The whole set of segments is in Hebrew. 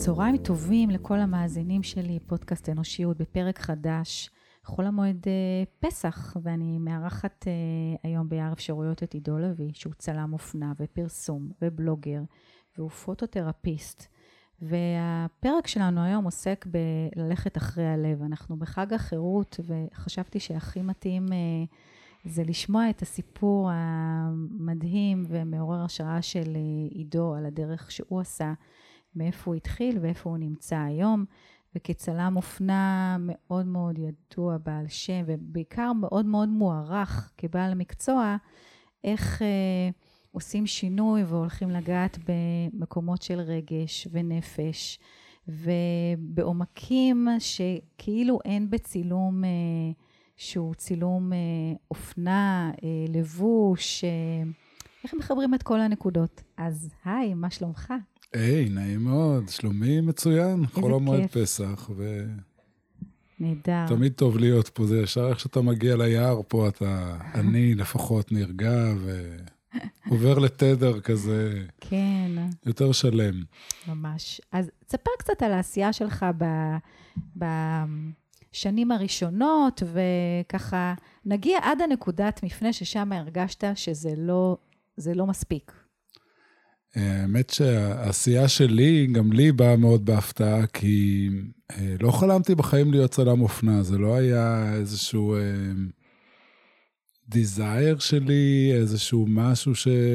צהריים טובים לכל המאזינים שלי, פודקאסט אנושיות בפרק חדש, חול המועד פסח, ואני מארחת היום ביער אפשרויות את עידו לוי, שהוא צלם אופנה ופרסום ובלוגר, והוא פוטותרפיסט. והפרק שלנו היום עוסק בללכת אחרי הלב. אנחנו בחג החירות, וחשבתי שהכי מתאים זה לשמוע את הסיפור המדהים ומעורר השראה של עידו על הדרך שהוא עשה, מאיפה הוא התחיל ואיפה הוא נמצא היום, וכצלם אופנה מאוד מאוד ידוע, בעל שם, ובעיקר מאוד מאוד מוערך כבעל מקצוע, איך עושים שינוי והולכים לגעת במקומות של רגש ונפש, ובעומקים שכאילו אין בצילום שהוא צילום אופנה, לבוש, איך מחברים את כל הנקודות? אז היי, מה שלומך? היי, נעים מאוד, שלומי מצוין, חול המועד פסח, נהדר. תמיד טוב להיות פה, זה ישר איך שאתה מגיע ליער פה, אני לפחות נרגע ועובר לתדר כזה, כן. יותר שלם. ממש. אז תספר קצת על העשייה שלך בשנים הראשונות, וככה נגיע עד הנקודת מפנה ששם הרגשת שזה לא מספיק. האמת שהעשייה שלי, גם לי באה מאוד בהפתעה, כי לא חלמתי בחיים להיות צלם אופנה, זה לא היה איזשהו דיזייר שלי, איזשהו משהו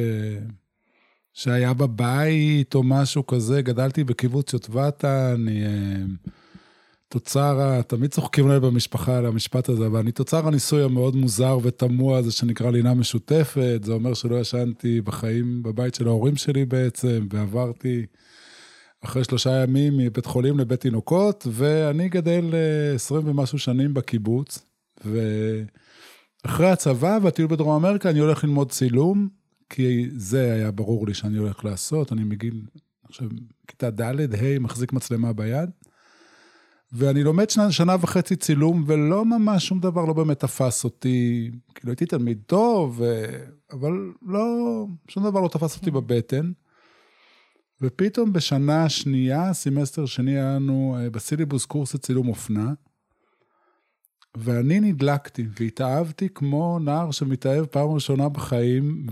שהיה בבית או משהו כזה, גדלתי בקיבוץ יוטבתה, אני תוצר, תמיד צוחקים עליי במשפחה על המשפט הזה, אבל אני תוצר הניסוי המאוד מוזר ותמוה הזה שנקרא לינה משותפת, זה אומר שלא ישנתי בחיים בבית של ההורים שלי בעצם, ועברתי אחרי 3 ימים מבית חולים לבית תינוקות, ואני גדל 20 ומשהו שנים בקיבוץ, ואחרי הצבא והטיול בדרום אמריקה אני הולך ללמוד צילום, כי זה היה ברור לי שאני הולך לעשות, אני מגיל, עכשיו, כיתה ד' מחזיק מצלמה ביד, ואני לומד שנה וחצי צילום, ולא ממש שום דבר לא באמת תפס אותי, כאילו הייתי תלמיד טוב, אבל לא, שום דבר לא תפס אותי בבטן, ופתאום בשנה שנייה, סמסטר שני היה לנו בסילבוס קורס צילום אופנה, ואני נדלקתי, והתאהבתי כמו נער שמתאהב פעם ראשונה בחיים,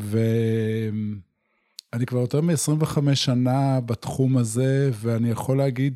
ואני כבר יותר מ-25 שנה בתחום הזה, ואני יכול להגיד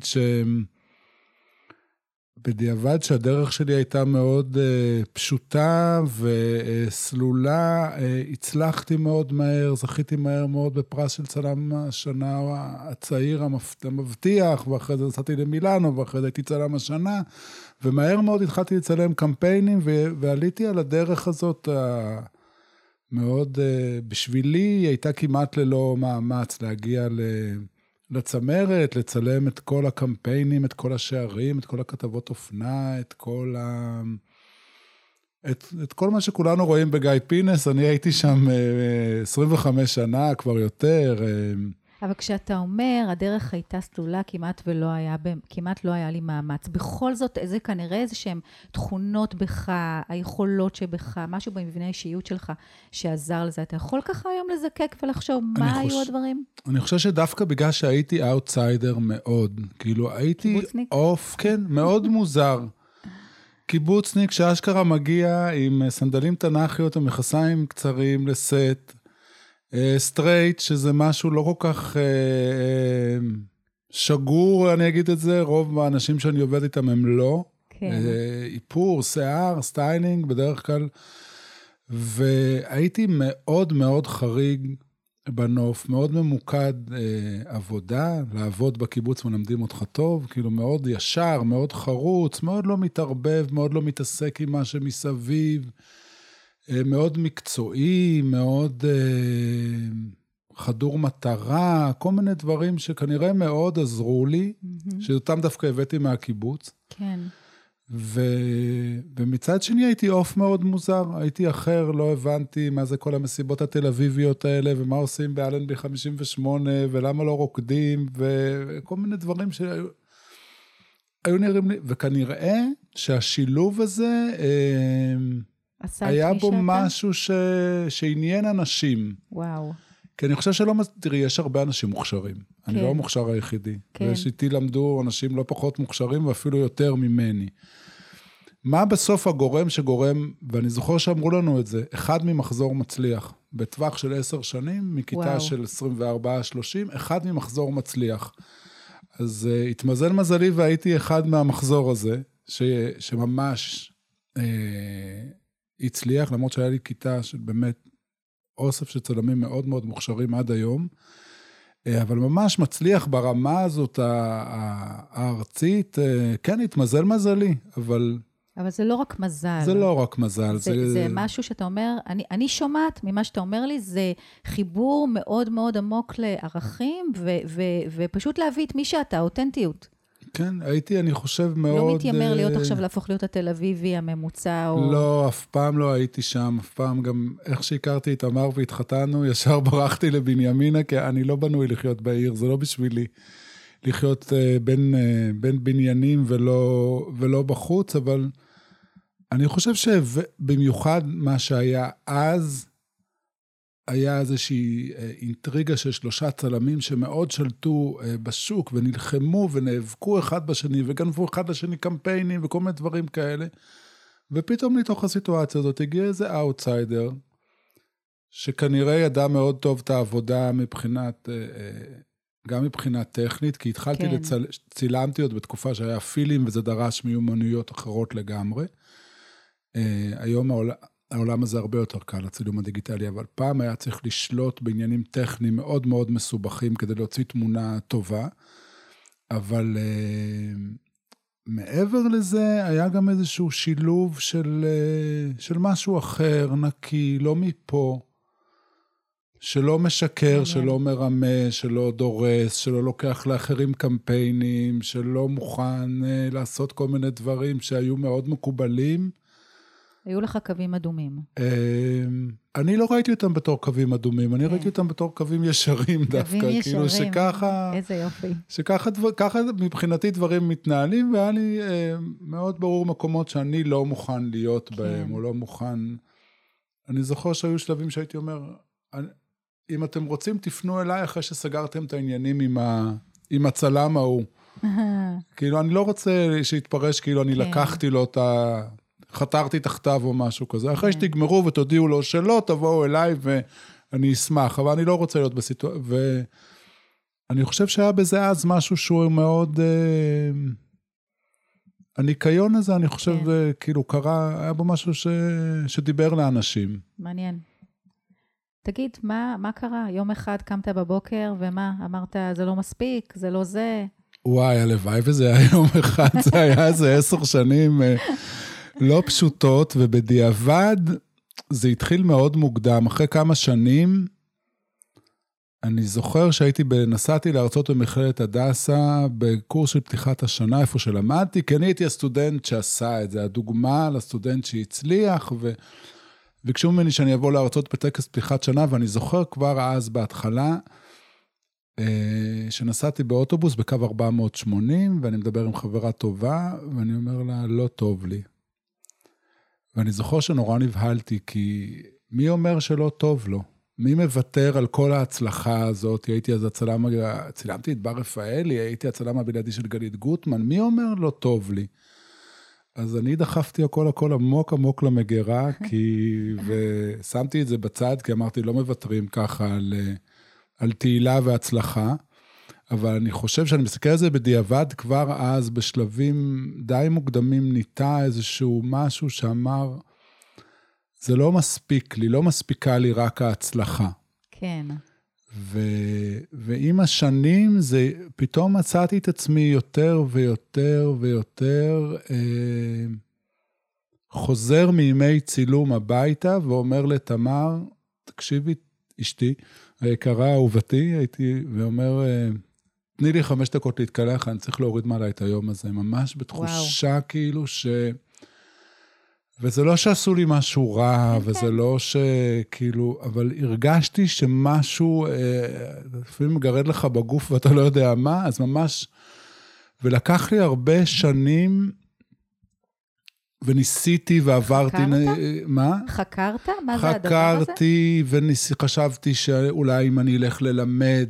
בדיעבד שהדרך שלי הייתה מאוד פשוטה וסלולה, הצלחתי מאוד מהר, זכיתי מהר מאוד בפרס של צלם השנה הצעיר המבטיח, ואחרי זה נסעתי למילאנו, ואחרי זה הייתי צלם השנה, ומהר מאוד התחלתי לצלם קמפיינים, ועליתי על הדרך הזאת מאוד, בשבילי הייתה כמעט ללא מאמץ להגיע לצמרת, לצלם את כל הקמפיינים, את כל השערים, את כל הכתבות אופנה, את כל מה שכולנו רואים בגיא פינס, אני הייתי שם 25 שנה, כבר יותר. אבל כשאתה אומר, הדרך הייתה סלולה, כמעט לא היה לי מאמץ. בכל זאת, זה כנראה איזשהם תכונות בך, היכולות שבך, משהו במבנה האישיות שלך שעזר לזה. אתה יכול ככה היום לזקק ולחשוב מה היו הדברים? אני חושב שדווקא בגלל שהייתי אאוטסיידר מאוד, כאילו הייתי אוף, כן, מאוד מוזר. קיבוצניק שאשכרה מגיע עם סנדלים תנ"כיות ומכנסיים קצרים לסט, סטרייט, שזה משהו לא כל כך שגור, אני אגיד את זה, רוב האנשים שאני עובד איתם הם לא. כן. איפור, שיער, סטיילינג, בדרך כלל. והייתי מאוד מאוד חריג בנוף, מאוד ממוקד עבודה, לעבוד בקיבוץ מלמדים אותך טוב, כאילו מאוד ישר, מאוד חרוץ, מאוד לא מתערבב, מאוד לא מתעסק עם מה שמסביב, מאוד מקצועי, מאוד חדור מטרה, כל מיני דברים שכנראה מאוד עזרו לי, שאותם דווקא הבאתי מהקיבוץ. כן. ומצד שני הייתי אוף מאוד מוזר, הייתי אחר, לא הבנתי מה זה כל המסיבות התל אביביות האלה, ומה עושים באלנבי 58, ולמה לא רוקדים, וכל מיני דברים שהיו נראים לי, וכנראה שהשילוב הזה, היה בו משהו שעניין אנשים. וואו. כי אני חושב שלא, תראי, יש הרבה אנשים מוכשרים. אני לא המוכשר היחידי. ויש איתי למדו אנשים לא פחות מוכשרים, ואפילו יותר ממני. מה בסוף הגורם שגורם, ואני זוכר שאמרו לנו את זה, אחד ממחזור מצליח, בטווח של 10 שנים, מכיתה של 24-30, אחד ממחזור מצליח. אז התמזל מזלי והייתי אחד מהמחזור הזה, שממש הצליח, למרות שהיה לי כיתה של באמת אוסף של צלמים מאוד מאוד מוכשרים עד היום, אבל ממש מצליח ברמה הזאת הארצית, כן, התמזל מזלי, אבל זה לא רק מזל. זה לא רק מזל. זה משהו שאתה אומר, אני שומעת ממה שאתה אומר לי, זה חיבור מאוד מאוד עמוק לערכים, ופשוט להביא את מי שאתה, אותנטיות. כן, הייתי, אני חושב מאוד... לא מתיימר להיות עכשיו להפוך להיות התל אביבי הממוצע, או... לא, אף פעם לא הייתי שם, אף פעם גם, איך שהכרתי את תמר והתחתנו, ישר ברחתי לבנימינה, כי אני לא בנוי לחיות בעיר, זה לא בשבילי לחיות בין בניינים ולא בחוץ, אבל אני חושב שבמיוחד מה שהיה אז, היה איזושהי אינטריגה של 3 צלמים שמאוד שלטו בשוק ונלחמו ונאבקו אחד בשני וגנבו אחד לשני קמפיינים וכל מיני דברים כאלה. ופתאום לתוך הסיטואציה הזאת הגיע איזה אאוטסיידר, שכנראה ידע מאוד טוב את העבודה גם מבחינה טכנית, כי התחלתי צילמתי עוד בתקופה שהיה פילים וזה דרש מיומנויות אחרות לגמרי. היום העולם הזה הרבה יותר קל, הצילום הדיגיטלי, אבל פעם היה צריך לשלוט בעניינים טכניים מאוד מאוד מסובכים, כדי להוציא תמונה טובה, אבל מעבר לזה, היה גם איזשהו שילוב של משהו אחר, נקי, לא מפה, שלא משקר, שלא מרמה, שלא דורס, שלא לוקח לאחרים קמפיינים, שלא מוכן לעשות כל מיני דברים שהיו מאוד מקובלים, היו לך קווים אדומים. אני לא ראיתי אותם בתור קווים אדומים, אני ראיתי אותם בתור קווים ישרים דווקא. קווים ישרים, כאילו שככה, איזה יופי. שככה מבחינתי דברים מתנהלים, והיה לי מאוד ברור מקומות שאני לא מוכן להיות בהם, או לא מוכן. אני זוכר שהיו שלבים שהייתי אומר, אם אתם רוצים תפנו אליי אחרי שסגרתם את העניינים עם הצלם ההוא. כאילו אני לא רוצה שיתפרש כאילו אני לקחתי לו את חתרתי תחתיו או משהו כזה. אחרי שתגמרו ותודיעו לו שלא, תבואו אליי ואני אשמח, אבל אני לא רוצה להיות בסיטואציה, ואני חושב שהיה בזה אז משהו שהוא מאוד, הניקיון הזה, אני חושב, כאילו קרה, היה בו משהו שדיבר לאנשים. מעניין. תגיד, מה קרה? יום אחד קמת בבוקר, ומה? אמרת, זה לא מספיק, זה לא זה. וואי, הלוואי וזה היה יום אחד, זה היה איזה 10 שנים לא פשוטות, ובדיעבד זה התחיל מאוד מוקדם. אחרי כמה שנים, אני זוכר נסעתי לארצות במכללת הדסה, בקורס של פתיחת השנה, איפה שלמדתי, כי אני הייתי הסטודנט שעשה את זה, הדוגמה לסטודנט שהצליח, וביקשו ממני שאני אבוא לארצות בטקס פתיחת שנה, ואני זוכר כבר אז בהתחלה, שנסעתי באוטובוס בקו 480, ואני מדבר עם חברה טובה, ואני אומר לה, לא טוב לי. ואני זוכר שנורא נבהלתי, כי מי אומר שלא טוב לו? מי מוותר על כל ההצלחה הזאת? הייתי אז צילמתי את בר רפאלי, הייתי הצלם הבלעדי של גלית גוטמן, מי אומר לא טוב לי? אז אני דחפתי הכל עמוק למגירה, ושמתי את זה בצד, כי אמרתי, לא מוותרים ככה על תהילה והצלחה, אבל אני חושב שאני מסתכל על זה בדיעבד, כבר אז בשלבים די מוקדמים ניטה איזשהו משהו שאמר, זה לא מספיק לי, לא מספיקה לי רק ההצלחה. כן. ועם השנים, פתאום מצאתי את עצמי יותר ויותר, חוזר מימי צילום הביתה, ואומר לתמר, תקשיבי, אשתי, היקרה, אהובתי, ואומר, תני לי 5 דקות להתקלח, אני צריך להוריד מעלה את היום הזה, ממש בתחושה כאילו וזה לא שעשו לי משהו רע, וזה לא שכאילו, אבל הרגשתי שמשהו, לפעמים מגרד לך בגוף ואתה לא יודע מה, אז ממש, ולקח לי הרבה שנים, וניסיתי ועברתי... חקרת? מה? חקרת? מה זה הדבר הזה? חקרתי וחשבתי שאולי אם אני אלך ללמד,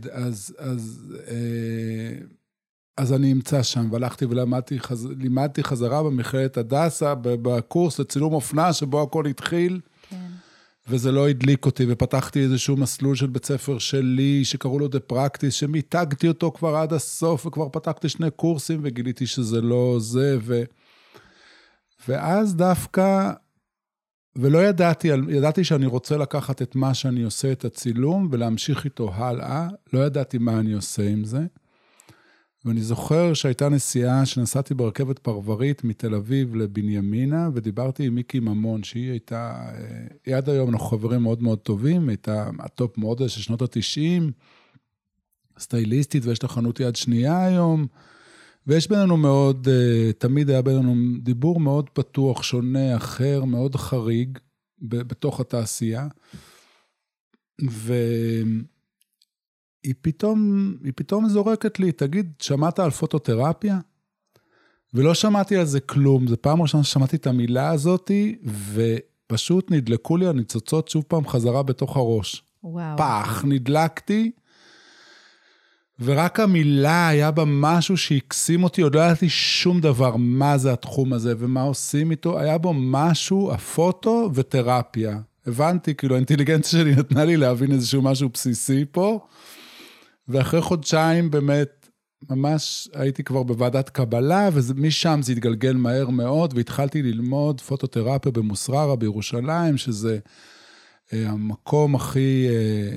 אז אני אמצא שם, והלכתי ולימדתי חזרה במכללת הדסה, בקורס לצילום אופנה, שבו הכל התחיל, כן. וזה לא הדליק אותי, ופתחתי איזשהו מסלול של בית ספר שלי, שקראו לו The Practice, שמיתגתי אותו כבר עד הסוף, וכבר פתחתי 2 קורסים, וגיליתי שזה לא זה, ואז דווקא, ולא ידעתי שאני רוצה לקחת את מה שאני עושה, את הצילום, ולהמשיך איתו הלאה, לא ידעתי מה אני עושה עם זה, ואני זוכר שהייתה נסיעה שנסעתי ברכבת פרברית מתל אביב לבנימינה, ודיברתי עם מיקי ממון, שהיא הייתה, עד היום אנחנו חברים מאוד מאוד טובים, הייתה הטופ מודל של שנות ה-90, סטייליסטית, ויש לה חנות יד שנייה היום, ויש בינינו מאוד, תמיד היה בינינו דיבור מאוד פתוח, שונה, אחר, מאוד חריג, בתוך התעשייה, היא פתאום זורקת לי, תגיד, שמעת על פוטותרפיה? ולא שמעתי על זה כלום, זה פעם ראשונה ששמעתי את המילה הזאת, ופשוט נדלקו לי הניצוצות שוב פעם חזרה בתוך הראש. וואו. פח, נדלקתי, ורק המילה היה בה משהו שהקסים אותי, עוד לא ידעתי שום דבר, מה זה התחום הזה, ומה עושים איתו, היה בו משהו, הפוטו ותרפיה. הבנתי, כאילו האינטליגנציה שלי נתנה לי להבין איזשהו משהו בסיסי פה, ואחרי חודשיים באמת, ממש הייתי כבר בוועדת קבלה, ומשם זה התגלגל מהר מאוד, והתחלתי ללמוד פוטותרפיה במוסררה בירושלים, שזה המקום הכי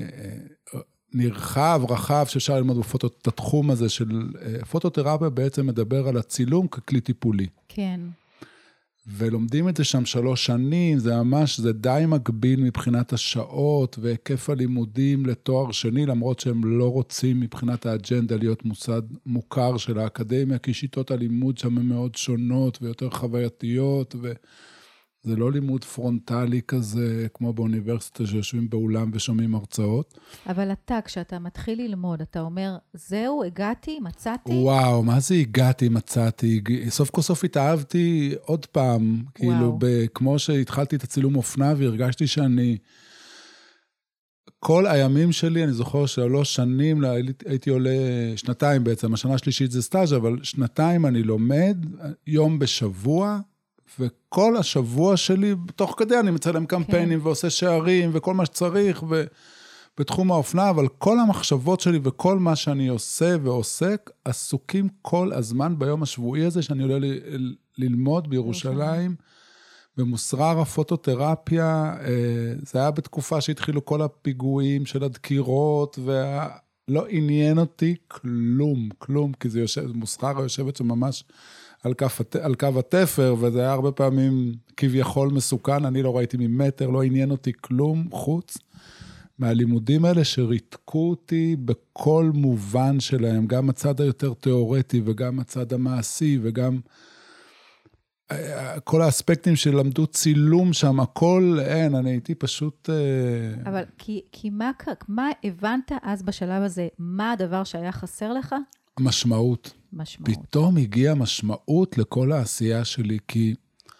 נרחב, רחב, שאפשר ללמוד את התחום הזה של פוטותרפיה, בעצם מדבר על הצילום ככלי טיפולי. כן. ולומדים את זה שם 3 שנים, זה ממש, זה די מקביל מבחינת השעות, והיקף הלימודים לתואר שני, למרות שהם לא רוצים מבחינת האג'נדה להיות מוסד מוכר של האקדמיה, כי שיטות הלימוד שם הן מאוד שונות, ויותר חווייתיות, וזה לא לימוד פרונטלי כזה, כמו באוניברסיטה שיושבים באולם ושומעים הרצאות. אבל אתה, כשאתה מתחיל ללמוד, אתה אומר, זהו, הגעתי, מצאתי? וואו, מה זה הגעתי, מצאתי? סוף כל סוף התאהבתי עוד פעם, כאילו, כמו שהתחלתי את הצילום אופנה, והרגשתי שאני, כל הימים שלי, אני זוכר 3 שנים, הייתי עולה 2 בעצם, השנה השלישית זה סטאז', אבל 2 אני לומד, יום בשבוע, וכל השבוע שלי, תוך כדי אני מצלם קמפיינים, ועושה שערים, וכל מה שצריך, בתחום האופנה, אבל כל המחשבות שלי, וכל מה שאני עושה ועוסק, עסוקים כל הזמן ביום השבועי הזה, שאני עולה ללמוד בירושלים, במוסררה פוטותרפיה, זה היה בתקופה שהתחילו כל הפיגועים של הדקירות, ולא עניין אותי כלום, כי זה מוסררה יושבת שממש על קו התפר, וזה היה הרבה פעמים כביכול מסוכן, אני לא ראיתי ממטר, לא עניין אותי כלום, חוץ מהלימודים האלה שריתקו אותי בכל מובן שלהם, גם הצד היותר תיאורטי, וגם הצד המעשי, וגם כל האספקטים שלמדו צילום שם, הכל אין, אני הייתי פשוט... אבל כי מה הבנת אז בשלב הזה, מה הדבר שהיה חסר לך? משמעות. פתאום הגיעה משמעות לכל העשייה שלי, כי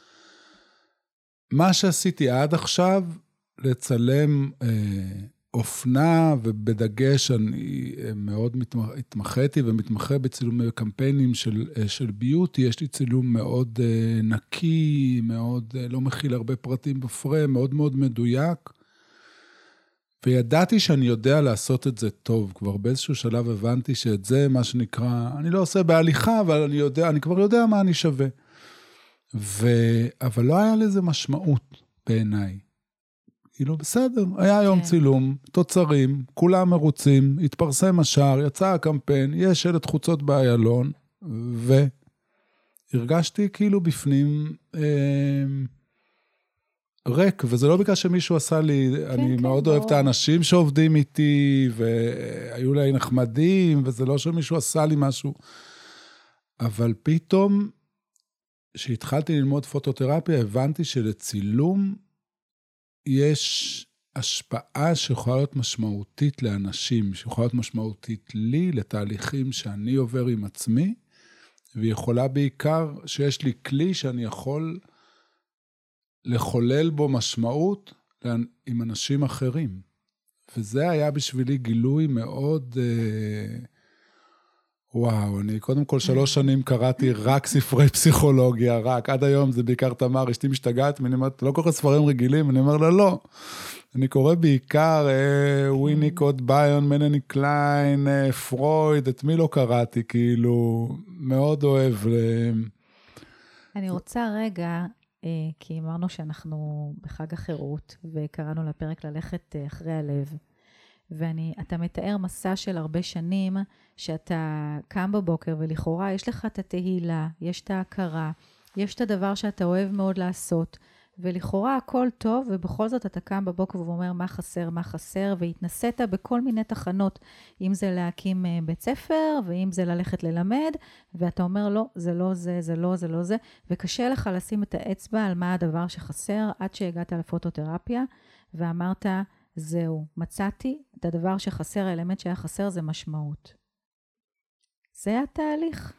מה שעשיתי עד עכשיו, לצלם אופנה, ובדגש אני מאוד התמחיתי ומתמחה בצילומי קמפיינים של ביוטי, יש לי צילום מאוד נקי, מאוד לא מכיל הרבה פרטים בפריים, מאוד מאוד מדויק, וידעתי שאני יודע לעשות את זה טוב, כבר באיזשהו שלב הבנתי שאת זה מה שנקרא, אני לא עושה בהליכה, אבל אני כבר יודע מה אני שווה. אבל לא היה לזה משמעות בעיניי. כאילו בסדר, היה היום צילום, תוצרים, כולם מרוצים, התפרסם השער, יצא הקמפיין, יש שלט חוצות באיילון, והרגשתי כאילו בפנים ריק, וזה לא בגלל שמישהו עשה לי, אני מאוד אוהב את האנשים שעובדים איתי, והיו לי נחמדים, וזה לא שמישהו עשה לי משהו, אבל פתאום, כשהתחלתי ללמוד פוטותרפיה, הבנתי שלצילום, יש השפעה שיכולה להיות משמעותית לאנשים, שיכולה להיות משמעותית לי, לתהליכים שאני עובר עם עצמי, ויכולה בעיקר שיש לי כלי שאני יכול לחולל בו משמעות עם אנשים אחרים. וזה היה בשבילי גילוי מאוד, וואו, אני קודם כל 3 שנים קראתי רק ספרי פסיכולוגיה, רק עד היום זה בעיקר תמר, אשתי משתגעת, ואני אומרת, לא כל כך ספרים רגילים, אני אומר לה, לא. אני קורא בעיקר וויניקוט, ביון, מנני קליין, פרויד, את מי לא קראתי, כאילו, מאוד אוהב. אני רוצה רגע, כי אמרנו שאנחנו בחג החירות, וקראנו לפרק ללכת אחרי הלב, ואתה מתאר מסע של הרבה שנים, שאתה קם בבוקר, ולכאורה יש לך את התהילה, יש את ההכרה, יש את הדבר שאתה אוהב מאוד לעשות, ולכאורה הכל טוב, ובכל זאת אתה קם בבוקר ואומר מה חסר, והתנסית בכל מיני תחנות, אם זה להקים בית ספר, ואם זה ללכת ללמד, ואתה אומר לא, זה לא זה, זה לא, זה לא זה, וקשה לך לשים את האצבע על מה הדבר שחסר, עד שהגעת לפוטותרפיה, ואמרת, זהו, מצאתי את הדבר שחסר, האלמנט שהיה חסר זה משמעות. זה התהליך.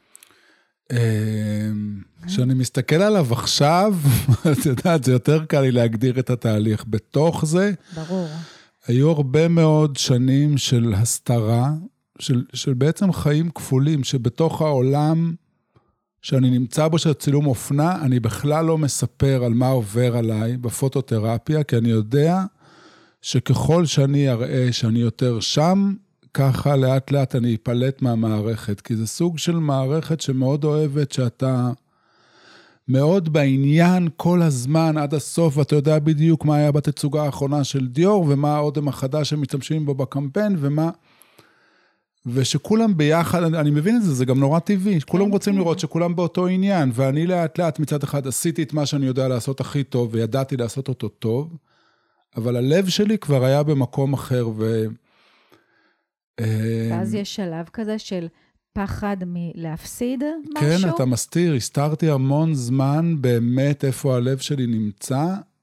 כשאני מסתכל עליו עכשיו, את יודעת, זה יותר קל לי להגדיר את התהליך. בתוך זה, ברור. היו הרבה מאוד שנים של הסתרה, של בעצם חיים כפולים, שבתוך העולם שאני נמצא בו של צילום אופנה, אני בכלל לא מספר על מה עובר עליי בפוטותרפיה, כי אני יודע שככל שאני אראה שאני יותר שם, ככה לאט לאט אני אפלט מהמערכת, כי זה סוג של מערכת שמאוד אוהבת שאתה מאוד בעניין כל הזמן עד הסוף, ואתה יודע בדיוק מה היה בתצוגה האחרונה של דיור, ומה העודם החדש שמשתמשים בו בקמפיין, ושכולם ביחד, אני מבין את זה, זה גם נורא טבעי, כולם רוצים לראות שכולם באותו עניין, ואני לאט לאט מצד אחד עשיתי את מה שאני יודע לעשות הכי טוב, וידעתי לעשות אותו טוב, אבל הלב שלי כבר היה במקום אחר, ואז יש שלב כזה של פחד מלהפסיד משהו? כן, אתה מסתיר, הסתרתי המון זמן באמת איפה הלב שלי נמצא,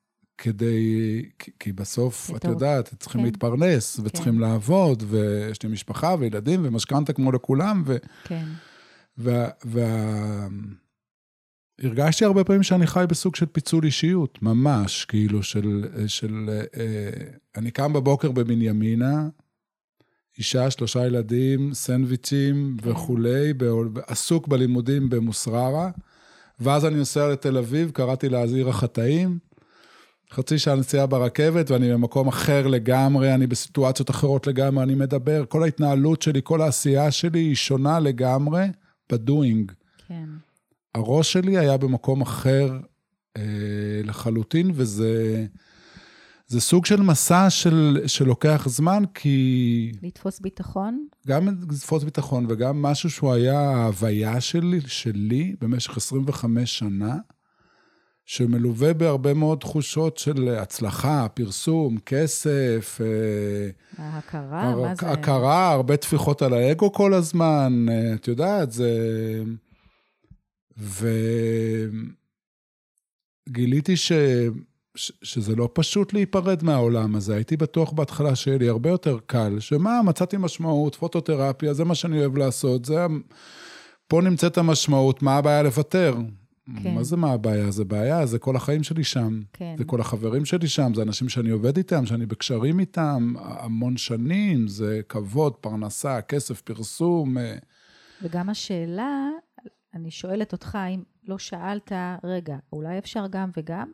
כי בסוף, את יודעת, צריכים להתפרנס, וצריכים לעבוד, ויש לי משפחה וילדים, ומשכנתה כמו לכולם, הרגשתי הרבה פעמים שאני חי בסוג של פיצול אישיות, ממש, כאילו אני קם בבוקר בבנימינה, אישה, 3 ילדים, סנדוויצ'ים וכולי, עסוק בלימודים במוסררה, ואז אני נוסע לתל אביב, קראתי לה עיר החטאים, חצי שעה נסיעה ברכבת, ואני במקום אחר לגמרי, אני בסיטואציות אחרות לגמרי, אני מדבר, כל ההתנהלות שלי, כל העשייה שלי היא שונה לגמרי, בדואינג. כן. הראש שלי היה במקום אחר לחלוטין, זה סוג של מסע שלוקח זמן, כי לתפוס ביטחון? גם לתפוס ביטחון, וגם משהו שהוא היה ההוויה שלי במשך 25 שנה, שמלווה בהרבה מאוד תחושות של הצלחה, פרסום, כסף, ההכרה, מה זה? הכרה, הרבה תפיחות על האגו כל הזמן, את יודעת, זה... וגיליתי שזה לא פשוט להיפרד מהעולם הזה, הייתי בטוח בהתחלה שיהיה לי הרבה יותר קל, מצאתי משמעות, פוטותרפיה, זה מה שאני אוהב לעשות, פה נמצאת המשמעות, מה הבעיה לוותר? כן. מה זה מה הבעיה? זה בעיה, זה כל החיים שלי שם, כן. זה כל החברים שלי שם, זה אנשים שאני עובד איתם, שאני בקשרים איתם, המון שנים, זה כבוד, פרנסה, כסף, פרסום. וגם השאלה, אני שואלת אותך, אם לא שאלת, רגע, אולי אפשר גם וגם?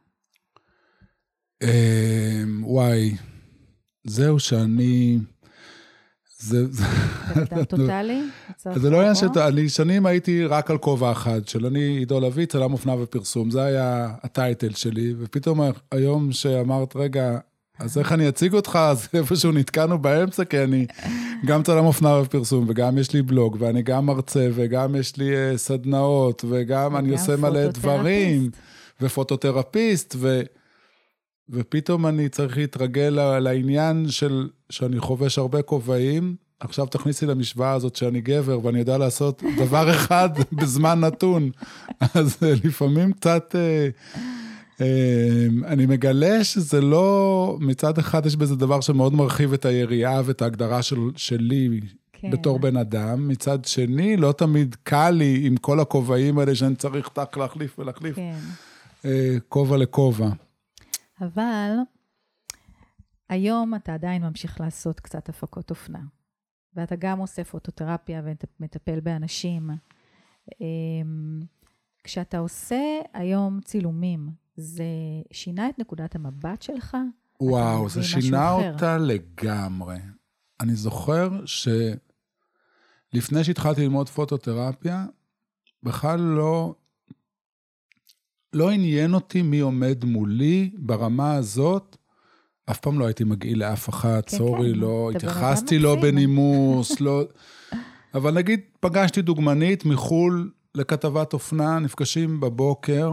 וואי, זהו שאני... זה אדם טוטלי? זה לא עניין אני שנים הייתי רק על כובע אחד, של אני עידו לוי, צלם אופנה ופרסום, זה היה הטייטל שלי, ופתאום היום שאמרת, רגע, אז איך אני אציג אותך, אז איפשהו נתקענו באמצע, כי אני גם צלם אופנה ופרסום, וגם יש לי בלוג, ואני גם מרצה, וגם יש לי סדנאות, וגם אני עושה מלא דברים, ופוטותרפיסט, ופתאום אני צריך להתרגל לעניין שאני חובש הרבה כובעים, עכשיו תכניסי למשוואה הזאת שאני גבר, ואני יודע לעשות דבר אחד בזמן נתון, אז לפעמים קצת, אני מגלה שזה לא, מצד אחד יש בזה דבר שמאוד מרחיב את היריעה ואת ההגדרה שלי בתור בן אדם, מצד שני לא תמיד קל לי עם כל הכובעים האלה שאני צריך להחליף ולהחליף, כובע לכובע. אבל היום אתה עדיין ממשיך לעשות קצת הפקות אופנה, ואתה גם עושה פוטותרפיה ומטפל באנשים. כשאתה עושה היום צילומים, זה שינה את נקודת המבט שלך? וואו, זה שינה אותה לגמרי. אני זוכר שלפני שהתחלתי ללמוד פוטותרפיה, בכלל לא עניין אותי מי עומד מולי ברמה הזאת. אף פעם לא הייתי מגעיל לאף אחד, סורי, לא התייחסתי לו בנימוס, לא... אבל נגיד, פגשתי דוגמנית מחול לכתבת אופנה, נפגשים בבוקר,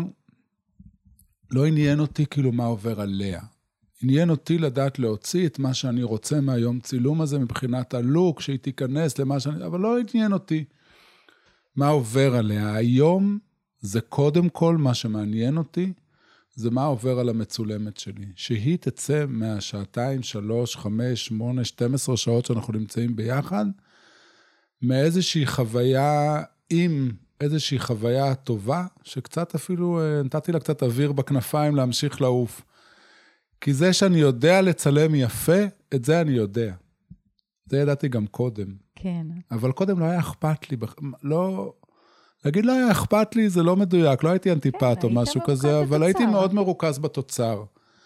לא עניין אותי כאילו מה עובר עליה. עניין אותי לדעת להוציא את מה שאני רוצה מהיום צילום הזה, מבחינת הלוק, שהיא תיכנס למה שאני... אבל לא עניין אותי מה עובר עליה. היום זה קודם כל מה שמעניין אותי, זה מה עובר על המצולמת שלי. שהיא תצא מהשעתיים, 3, 5, 8, 12 שעות שאנחנו נמצאים ביחד, מאיזושהי חוויה, עם איזושהי חוויה טובה, שקצת אפילו נתתי לה קצת אוויר בכנפיים להמשיך לעוף. כי זה שאני יודע לצלם יפה, את זה אני יודע. זה ידעתי גם קודם. כן. אבל קודם לא היה אכפת לי, לא... להגיד לא היה אכפת לי, זה לא מדויק, לא הייתי אנטיפט או משהו כזה, אבל הייתי מאוד מרוכז בתוצר.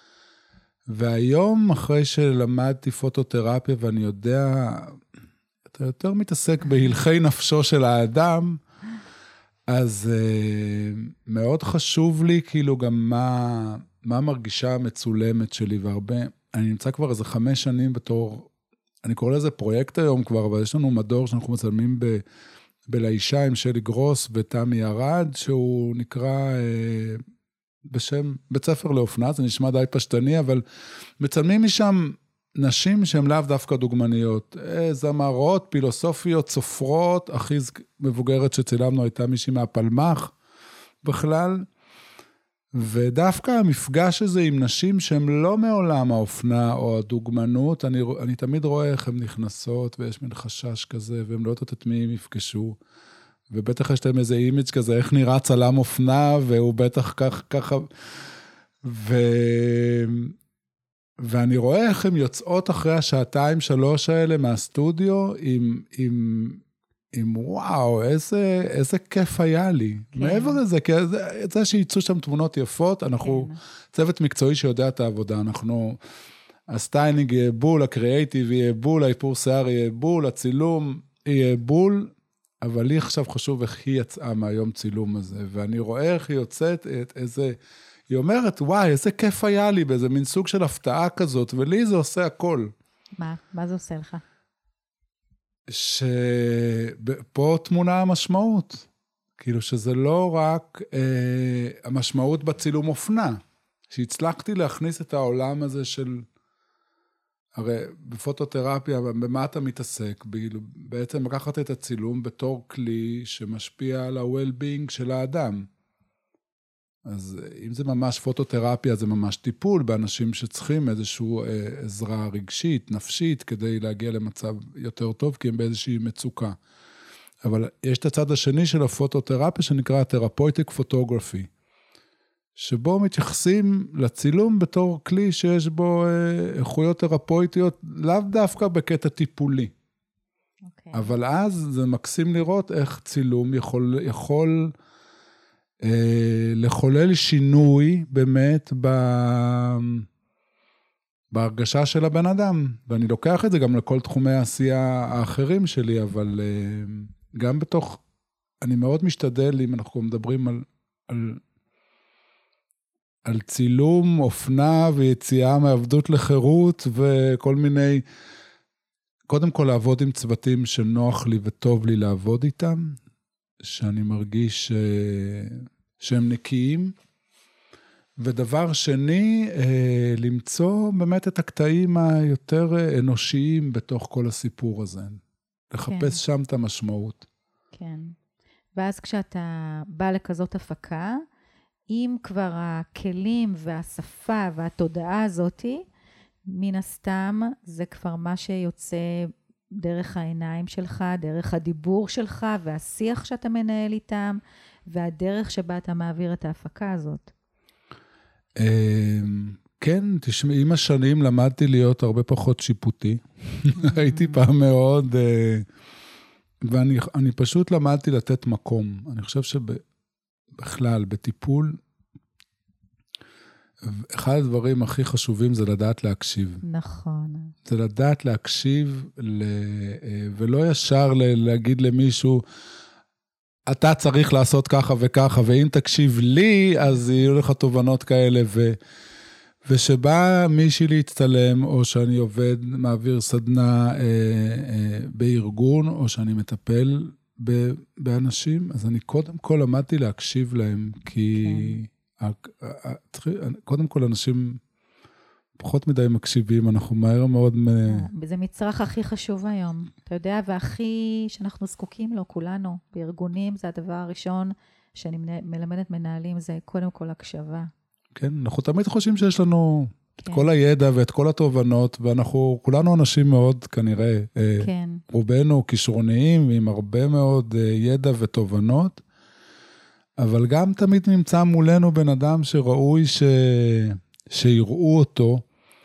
והיום, אחרי שלמדתי פוטותרפיה, ואני יודע, אתה יותר מתעסק בהלכי נפשו של האדם, אז מאוד חשוב לי כאילו גם מה מרגישה המצולמת שלי, והרבה, אני נמצא כבר איזה 5 שנים בתור, אני קורא לזה פרויקט היום כבר, אבל יש לנו מדור שאנחנו מצלמים בלאישה עם שלי גרוס ותמי ירד, שהוא נקרא בשם בית ספר לאופנה, זה נשמע די פשטני, אבל מצלמים משם נשים שהן לאו דווקא דוגמניות, זמרות, פילוסופיות, סופרות, הכי מבוגרת שצילמנו הייתה מישהי מהפלמח בכלל, ודווקא המפגש הזה עם נשים שהן לא מעולם האופנה או הדוגמנות, אני תמיד רואה איך הן נכנסות, ויש מין חשש כזה, והן לא יודעות את מי הם יפגשו, ובטח יש להם איזה אימג' כזה, איך נראה צלם אופנה, והוא בטח ככה, ואני רואה איך הן יוצאות אחרי 2-3 האלה מהסטודיו, עם וואו, איזה כיף היה לי. כן. מעבר לזה, כי זה שיצאו שם תמונות יפות, אנחנו צוות מקצועי שיודע את העבודה, הסטיינינג יהיה בול, הקריאייטיב יהיה בול, האיפור שיער יהיה בול, הצילום יהיה בול, אבל לי עכשיו חשוב איך היא יצאה מהיום צילום הזה, ואני רואה איך היא יוצאת היא אומרת, וואי, איזה כיף היה לי, באיזה מין סוג של הפתעה כזאת, ולי זה עושה הכל. מה זה עושה לך? שפה תמונה המשמעות, כאילו שזה לא רק המשמעות בצילום אופנה, שהצלחתי להכניס את העולם הזה של, הרי בפוטותרפיה, במה אתה מתעסק? בעצם לקחת את הצילום בתור כלי שמשפיע על ה-well-being של האדם. אז אם זה ממש פוטותרפיה, זה ממש טיפול באנשים שצריכים איזושהי עזרה רגשית, נפשית, כדי להגיע למצב יותר טוב, כי הם באיזושהי מצוקה. אבל יש את הצד השני של הפוטותרפיה, שנקרא תרפויטיק פוטוגרפי, שבו מתייחסים לצילום בתור כלי שיש בו איכויות תרפויטיות, לאו דווקא בקטע טיפולי. Okay. אבל אז זה מקסים לראות איך צילום יכול לחולל שינוי באמת בהרגשה של הבן אדם, ואני לוקח את זה גם לכל תחומי העשייה האחרים שלי, אבל גם בתוך, אני מאוד משתדל, אם אנחנו מדברים על צילום, אופנה ויציאה מעבדות לחירות, וכל מיני, קודם כל לעבוד עם צוותים שנוח לי וטוב לי לעבוד איתם, שאני מרגיש שהם נקיים, ודבר שני, למצוא באמת את הקטעים היותר אנושיים בתוך כל הסיפור הזה, לחפש כן. שם את המשמעות. כן, ואז כשאתה בא לכזאת הפקה, אם כבר הכלים והשפה והתודעה הזאת, מן הסתם זה כבר מה שיוצא דרך העיניים שלך, דרך הדיבור שלך והשיח שאתה מנהל איתם, והדרך שבה אתה מעביר את ההפקה הזאת. כן, תשמעי, עם השנים למדתי להיות הרבה פחות שיפוטי. הייתי פעם מאוד, ואני פשוט למדתי לתת מקום. אני חושב שבכלל, בטיפול, אחד הדברים הכי חשובים זה לדעת להקשיב. נכון. זה לדעת להקשיב, ולא ישר להגיד למישהו, אתה צריך לעשות ככה וככה, ואם תקשיב לי, אז יהיו לך תובנות כאלה, ושבא מישהי להצטלם, או שאני עובד, מעביר סדנה בארגון, או שאני מטפל באנשים, אז אני קודם כל למדתי להקשיב להם, כי קודם כל אנשים פחות מדי מקשיבים, אנחנו מהר מאוד... זה מצרך הכי חשוב היום, אתה יודע, והכי שאנחנו זקוקים לו, כולנו, בארגונים, זה הדבר הראשון שאני מלמדת מנהלים, זה קודם כל הקשבה. כן, אנחנו תמיד חושבים שיש לנו את כל הידע ואת כל התובנות, ואנחנו כולנו אנשים מאוד, כנראה, רובנו כישרוניים, עם הרבה מאוד ידע ותובנות, אבל גם תמיד נמצא מולנו בן אדם שראוי שיראו אותו,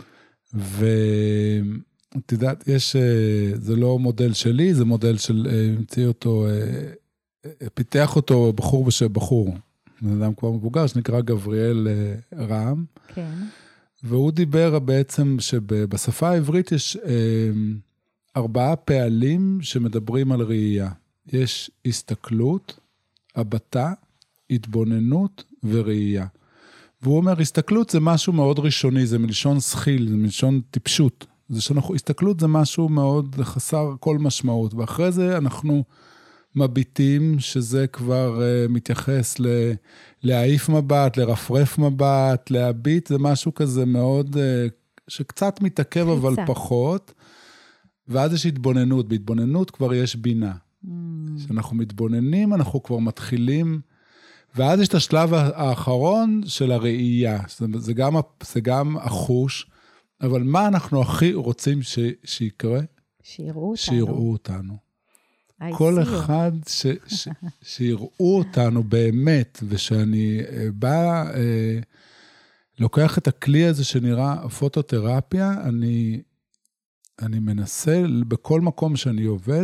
ואת יודעת, זה לא מודל שלי, זה מודל המציא אותו, פיתח אותו בחור בשם בחור, בן אדם כבר מבוגר, שנקרא גבריאל רעם, כן. והוא דיבר בעצם שבשפה העברית יש 4 פעלים שמדברים על ראייה. יש הסתכלות, הבטה, התבוננות וראייה. והוא אומר, הסתכלות זה משהו מאוד ראשוני, זה מלשון שחיל, זה מלשון טיפשות. הסתכלות זה משהו מאוד חסר כל משמעות, ואחרי זה אנחנו מביטים, שזה כבר מתייחס להעיף מבט, לרפרף מבט, להביט, זה משהו כזה מאוד, שקצת מתעכב אבל פחות, ואז יש התבוננות, בהתבוננות כבר יש בינה. כשאנחנו מתבוננים, אנחנו כבר מתחילים, ואז יש את השלב האחרון של הראייה, זה גם החוש, אבל מה אנחנו הכי רוצים שיקרה? שיראו אותנו. כל אחד שיראו אותנו באמת, ושאני בא, לוקח את הכלי הזה שנראה פוטותרפיה, אני מנסה בכל מקום שאני עובד,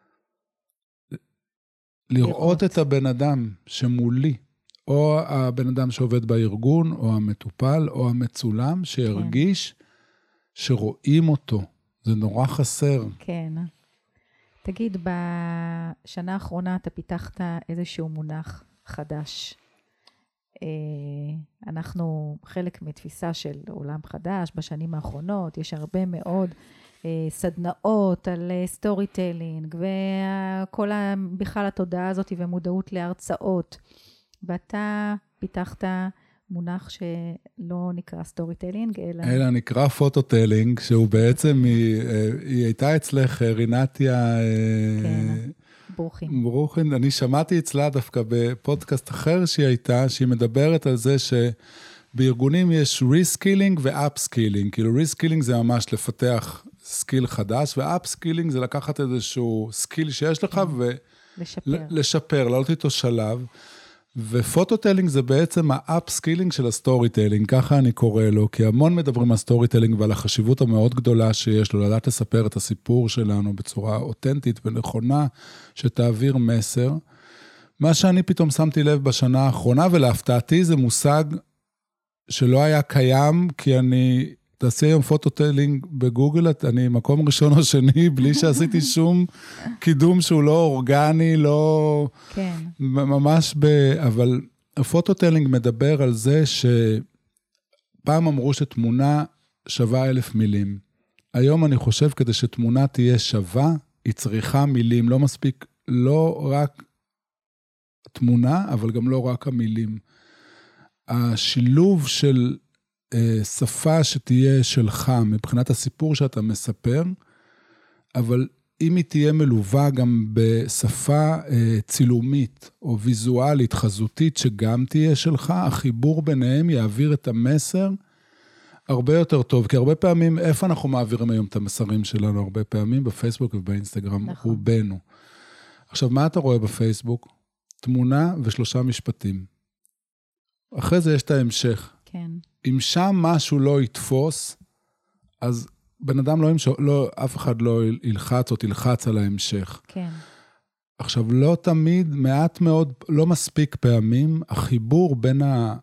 לראות את הבן אדם שמולי, או הבן אדם שעובד בארגון, או המטופל, או המצולם, שירגיש שרואים אותו. זה נורא חסר. כן. תגיד, בשנה האחרונה אתה פיתחת איזשהו מונח חדש. אנחנו חלק מתפיסה של עולם חדש בשנים האחרונות, יש הרבה מאוד סדנאות על סטורי טיילינג, וכל בכלל התודעה הזאת ומודעות להרצאות, ואתה פיתחת מונח שלא נקרא סטורי טיילינג, אלא נקרא פוטו טיילינג, שהוא בעצם, היא הייתה אצלך רינתיה, כן, ברוכין, אני שמעתי אצלה דווקא בפודקאסט אחר שהיא מדברת על זה שבארגונים יש ריסקילינג ואפסקילינג, כאילו ריסקילינג זה ממש לפתח סקיל חדש, ואפסקילינג זה לקחת איזשהו סקיל שיש לך ולשפר, לעלות איתו שלב, ופוטוטיילינג זה בעצם האפסקילינג של הסטורי טיילינג, ככה אני קורא לו, כי המון מדברים על סטורי טיילינג ועל החשיבות המאוד גדולה שיש לו, לדעת לספר את הסיפור שלנו בצורה אותנטית ונכונה, שתעביר מסר. מה שאני פתאום שמתי לב בשנה האחרונה, ולהפתעתי זה מושג שלא היה קיים, כי אני תעשי היום פוטוטיילינג בגוגל, אני מקום ראשון או שני, בלי שעשיתי שום קידום שהוא לא אורגני, לא... כן. ממש אבל הפוטוטיילינג מדבר על זה שפעם אמרו שתמונה שווה 1,000 מילים. היום אני חושב כדי שתמונה תהיה שווה, היא צריכה מילים, לא מספיק, לא רק תמונה, אבל גם לא רק המילים. השילוב של שפה שתהיה שלך, מבחינת הסיפור שאתה מספר, אבל אם היא תהיה מלווה גם בשפה צילומית או ויזואלית, חזותית, שגם תהיה שלך, החיבור ביניהם יעביר את המסר הרבה יותר טוב, כי הרבה פעמים, איפה אנחנו מעבירים היום את המסרים שלנו? הרבה פעמים בפייסבוק ובאינסטגרם, נכון. רובנו. עכשיו, מה אתה רואה בפייסבוק? תמונה ו3 משפטים. אחרי זה יש את ההמשך. כן. אם שם משהו לא יתפוס, אז בן אדם אף אחד לא ילחץ או תלחץ על ההמשך. כן. עכשיו, לא תמיד, מעט מאוד, לא מספיק פעמים, החיבור בין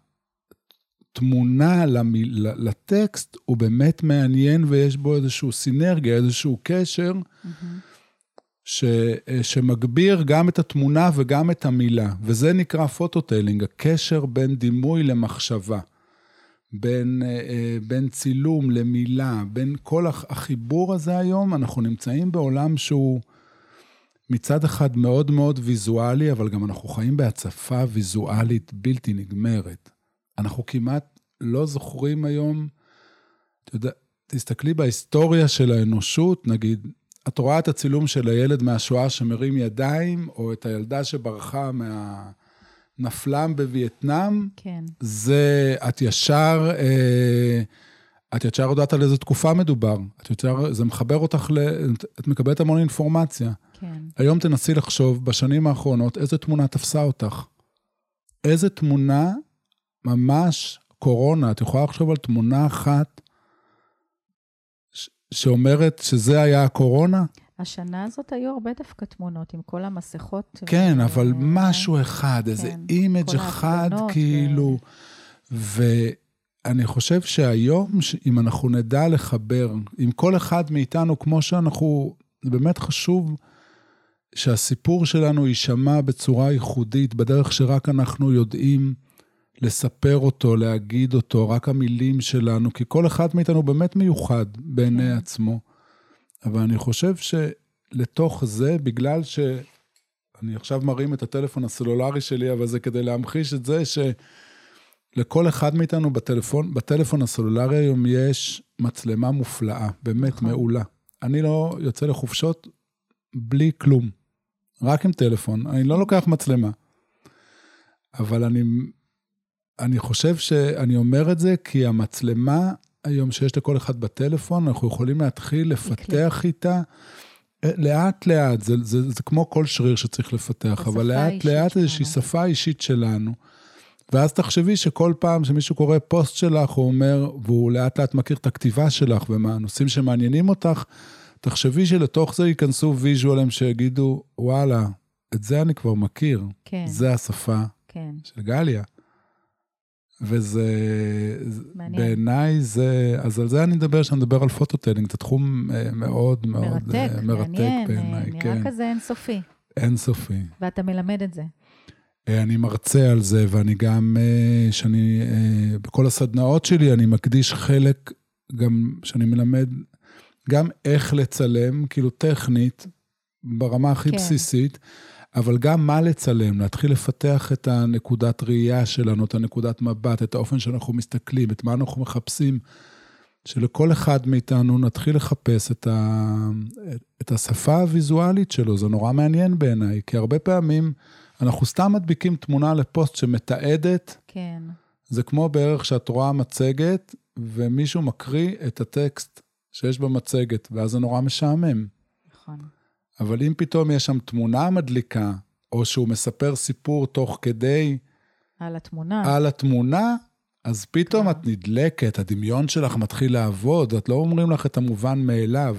התמונה לטקסט הוא באמת מעניין, ויש בו איזשהו סינרגיה, איזשהו קשר, שמגביר גם את התמונה וגם את המילה, וזה נקרא פוטוטיילינג, הקשר בין דימוי למחשבה, בין צילום למילה, בין כל החיבור הזה היום, אנחנו נמצאים בעולם שהוא מצד אחד מאוד מאוד ויזואלי, אבל גם אנחנו חיים בהצפה ויזואלית בלתי נגמרת. אנחנו כמעט לא זוכרים היום, תסתכלי בהיסטוריה של האנושות, נגיד, את רואה את הצילום של הילד מהשואה שמרים ידיים, או את הילדה שברחה מהנפלם בווייטנאם, כן. זה, את ישר יודעת על איזו תקופה מדובר, זה מחבר אותך, את מקבלת המון אינפורמציה. כן. היום תנסי לחשוב, בשנים האחרונות, איזה תמונה תפסה אותך? איזה תמונה, ממש קורונה, את יכולה לחשוב על תמונה אחת, שאומרת שזה היה הקורונה? השנה הזאת היו הרבה דווקא תמונות עם כל המסכות. כן, אבל משהו אחד, איזה אימג' אחד, כאילו, ואני חושב שהיום, אם אנחנו נדע לחבר, עם כל אחד מאיתנו, כמו שאנחנו, זה באמת חשוב, שהסיפור שלנו יישמע בצורה ייחודית, בדרך שרק אנחנו יודעים לספר אותו, להגיד אותו, רק המילים שלנו, כי כל אחד מאיתנו באמת מיוחד בעיני עצמו. אבל אני חושב שלתוך זה, בגלל שאני עכשיו מרים את הטלפון הסלולרי שלי, אבל זה כדי להמחיש את זה שלכל אחד מאיתנו בטלפון הסלולרי היום יש מצלמה מופלאה, באמת מעולה. אני לא יוצא לחופשות בלי כלום, רק עם טלפון, אני לא לוקח מצלמה. אבל אני חושב שאני אומר את זה, כי המצלמה היום שיש לכל אחד בטלפון, אנחנו יכולים להתחיל לפתח איתה, לאט לאט, זה כמו כל שריר שצריך לפתח, אבל לאט לאט איזושהי שפה אישית שלנו, ואז תחשבי שכל פעם שמישהו קורא פוסט שלך, הוא אומר, והוא לאט לאט מכיר את הכתיבה שלך, ומה הנושאים שמעניינים אותך, תחשבי שלתוך זה ייכנסו ויז'ואלים שיגידו, וואלה, את זה אני כבר מכיר, כן. זה השפה כן. של גליה. וזה, בעיניי זה, אז על זה אני מדבר על פוטוטיילינג, זה תחום מאוד מאוד מרתק בעיניי. נראה כזה אינסופי. אינסופי. ואתה מלמד את זה. אני מרצה על זה, ואני גם, בכל הסדנאות שלי, אני מקדיש חלק, גם שאני מלמד, גם איך לצלם, כאילו טכנית, ברמה הכי בסיסית, אבל גם מה לצלם, להתחיל לפתח את הנקודת ראייה שלנו, את הנקודת מבט, את האופן שאנחנו מסתכלים, את מה אנחנו מחפשים, שלכל אחד מאיתנו נתחיל לחפש את השפה הוויזואלית שלו, זה נורא מעניין בעיניי, כי הרבה פעמים אנחנו סתם מדביקים תמונה לפוסט שמתעדת, כן. זה כמו בערך שאת רואה מצגת, ומישהו מקריא את הטקסט שיש במצגת, ואז זה נורא משעמם. נכון. אבל אם פתאום יש שם תמונה מדליקה, או שהוא מספר סיפור תוך כדי על התמונה, אז פתאום את נדלקת, הדמיון שלך מתחיל לעבוד, את לא אומרים לך את המובן מאליו,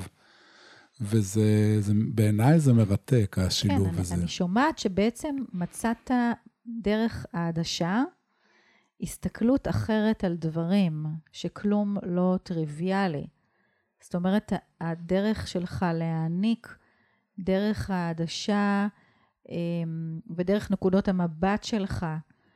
וזה, בעיניי זה מרתק, השילוב הזה. כן, אני שומעת שבעצם מצאת דרך העדשה, הסתכלות אחרת על דברים, שכלום לא טריוויאלי. זאת אומרת, הדרך שלך להעניק, דרך העדשה ודרך נקודות המבט שלך,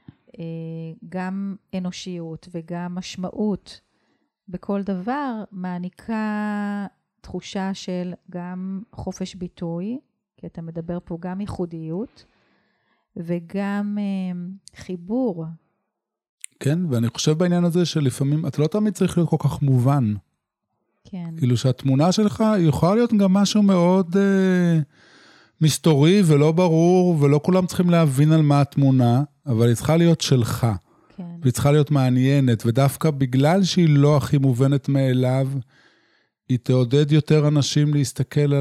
גם אנושיות וגם משמעות בכל דבר, מעניקה תחושה של גם חופש ביטוי, כי אתה מדבר פה גם ייחודיות, וגם חיבור. כן, ואני חושב בעניין הזה שלפעמים, אתה לא תמיד צריך להיות כל כך מובן. כן. כאילו שהתמונה שלך יכולה להיות גם משהו מאוד מסתורי ולא ברור, ולא כולם צריכים להבין על מה התמונה, אבל היא צריכה להיות שלך. כן. והיא צריכה להיות מעניינת, ודווקא בגלל שהיא לא הכי מובנת מאליו, היא תעודד יותר אנשים להסתכל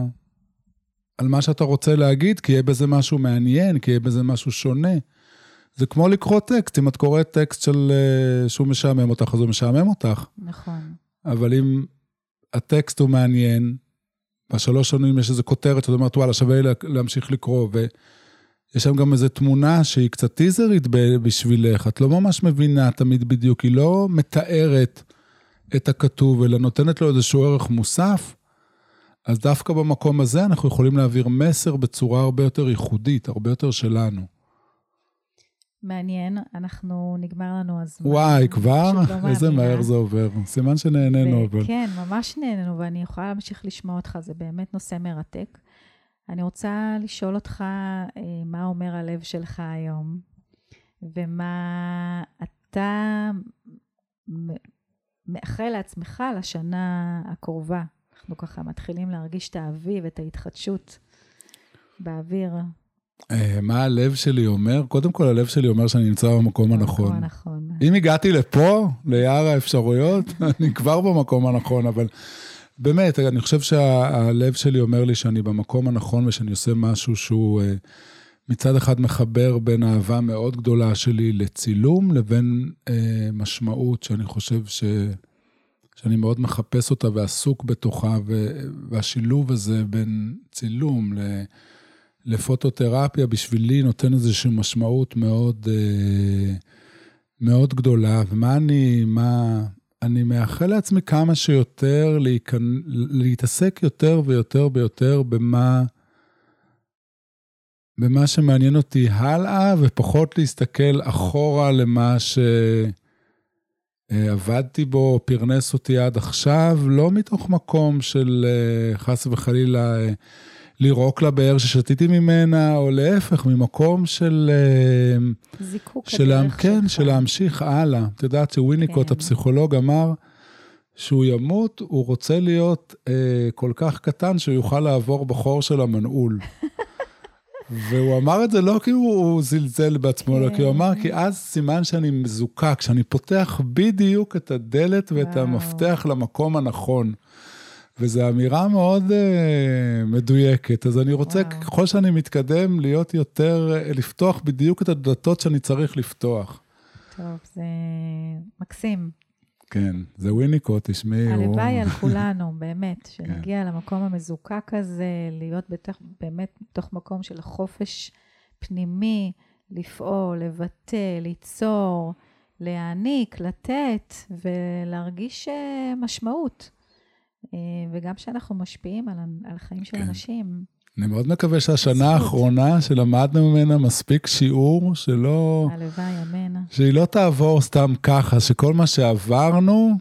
על מה שאתה רוצה להגיד, כי יהיה בזה משהו מעניין, כי יהיה בזה משהו שונה. זה כמו לקרוא טקסט, אם את קוראת טקסט שהוא משעמם אותך, אז הוא משעמם אותך. נכון. אבל אם הטקסט הוא מעניין, בשלוש שנים יש איזו כותרת, זאת אומרת, וואלה, שווה להמשיך לקרוא, ויש שם גם איזו תמונה שהיא קצת טיזרית בשבילך, את לא ממש מבינה תמיד בדיוק, היא לא מתארת את הכתוב, אלא נותנת לו איזשהו ערך מוסף, אז דווקא במקום הזה אנחנו יכולים להעביר מסר בצורה הרבה יותר ייחודית, הרבה יותר שלנו. מעניין, אנחנו נגמר לנו הזמן. וואי, כבר? איזה מהר זה עובר. סימן שנהננו. כן, ממש נהננו, ואני יכולה להמשיך לשמוע אותך, זה באמת נושא מרתק. אני רוצה לשאול אותך מה אומר הלב שלך היום, ומה אתה מאחל לעצמך לשנה הקרובה. אנחנו ככה מתחילים להרגיש את האביב, את ההתחדשות באוויר. מה הלב שלי אומר? קודם כל, הלב שלי אומר שאני נמצא במקום הנכון. אם הגעתי לפה, ליער האפשרויות, אני כבר במקום הנכון, אבל באמת, אני חושב שהלב שלי אומר לי שאני במקום הנכון, ושאני עושה משהו שהוא מצד אחד מחבר בין אהבה מאוד גדולה שלי לצילום, לבין משמעות שאני חושב שאני מאוד מחפש אותה ועסוק בתוכה, והשילוב הזה בין צילום לפוטותרפיה, בשבילי נותן איזושהי משמעות מאוד, מאוד גדולה, אני מאחל לעצמי כמה שיותר להתעסק יותר ויותר ויותר במה שמעניין אותי הלאה, ופחות להסתכל אחורה למה שעבדתי בו, פרנס אותי עד עכשיו, לא מתוך מקום של חס וחלילה לירוק לבאר ששתיתי ממנה, או להפך, ממקום של זיקוק הדרך שלך. של להמשיך הלאה. את יודעת שוויניקוט, הפסיכולוג, אמר שהוא ימות, הוא רוצה להיות כל כך קטן, שהוא יוכל לעבור בחור של המנעול. והוא אמר את זה לא כי הוא זלזל בעצמו, אלא כי הוא אמר, כי אז סימן שאני מזוקק, שאני פותח בדיוק את הדלת ואת המפתח למקום הנכון. וזו אמירה מאוד מדויקת, אז אני רוצה, ככל שאני מתקדם, להיות יותר, לפתוח בדיוק את הדלתות שאני צריך לפתוח. טוב, זה מקסים. כן, זה וויניקוט, תשמעי. הלוואי על כולנו, באמת, שנגיע למקום המזוקק הזה, להיות באמת בתוך מקום של חופש פנימי, לפעול, לבטא, ליצור, להעניק, לתת, ולהרגיש משמעות. וגם שאנחנו משפיעים על החיים של אנשים. אני מאוד מקווה שהשנה האחרונה שלמדנו ממנה מספיק שיעור, הלוואי, אמן. שהיא לא תעבור סתם ככה, שכל מה שעברנו,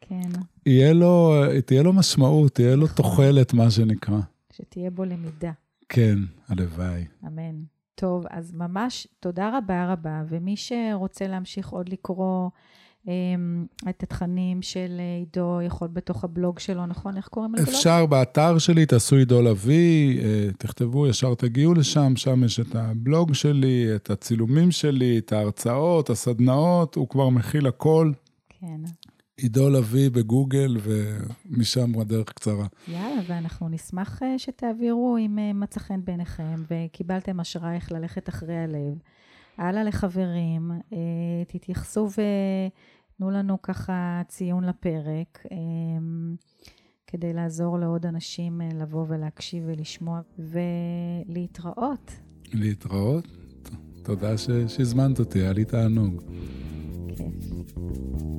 תהיה לו משמעות, תהיה לו תוחלת, מה שנקרא. שתהיה בו למידה. כן, הלוואי. אמן. טוב, אז ממש תודה רבה רבה, ומי שרוצה להמשיך עוד לקרוא את התכנים של עידו, יכול בתוך הבלוג שלו, נכון? איך קוראים לבלוג? אפשר באתר שלי, תעשו עידו לוי, תכתבו, ישר תגיעו לשם, שם יש את הבלוג שלי, את הצילומים שלי, את ההרצאות, הסדנאות, הוא כבר מכיל הכל. כן. עידו לוי בגוגל, ומשם הדרך קצרה. יאללה, ואנחנו נשמח שתעבירו אם מצא חן בעיניכם, וקיבלתם השראה איך ללכת אחרי הלב. הלאה לחברים, תתייחסו ותנו לנו ככה ציון לפרק, כדי לעזור לעוד אנשים לבוא ולהקשיב ולשמוע, ולהתראות. להתראות? תודה שהזמנת אותי, היה לי תענוג. כן.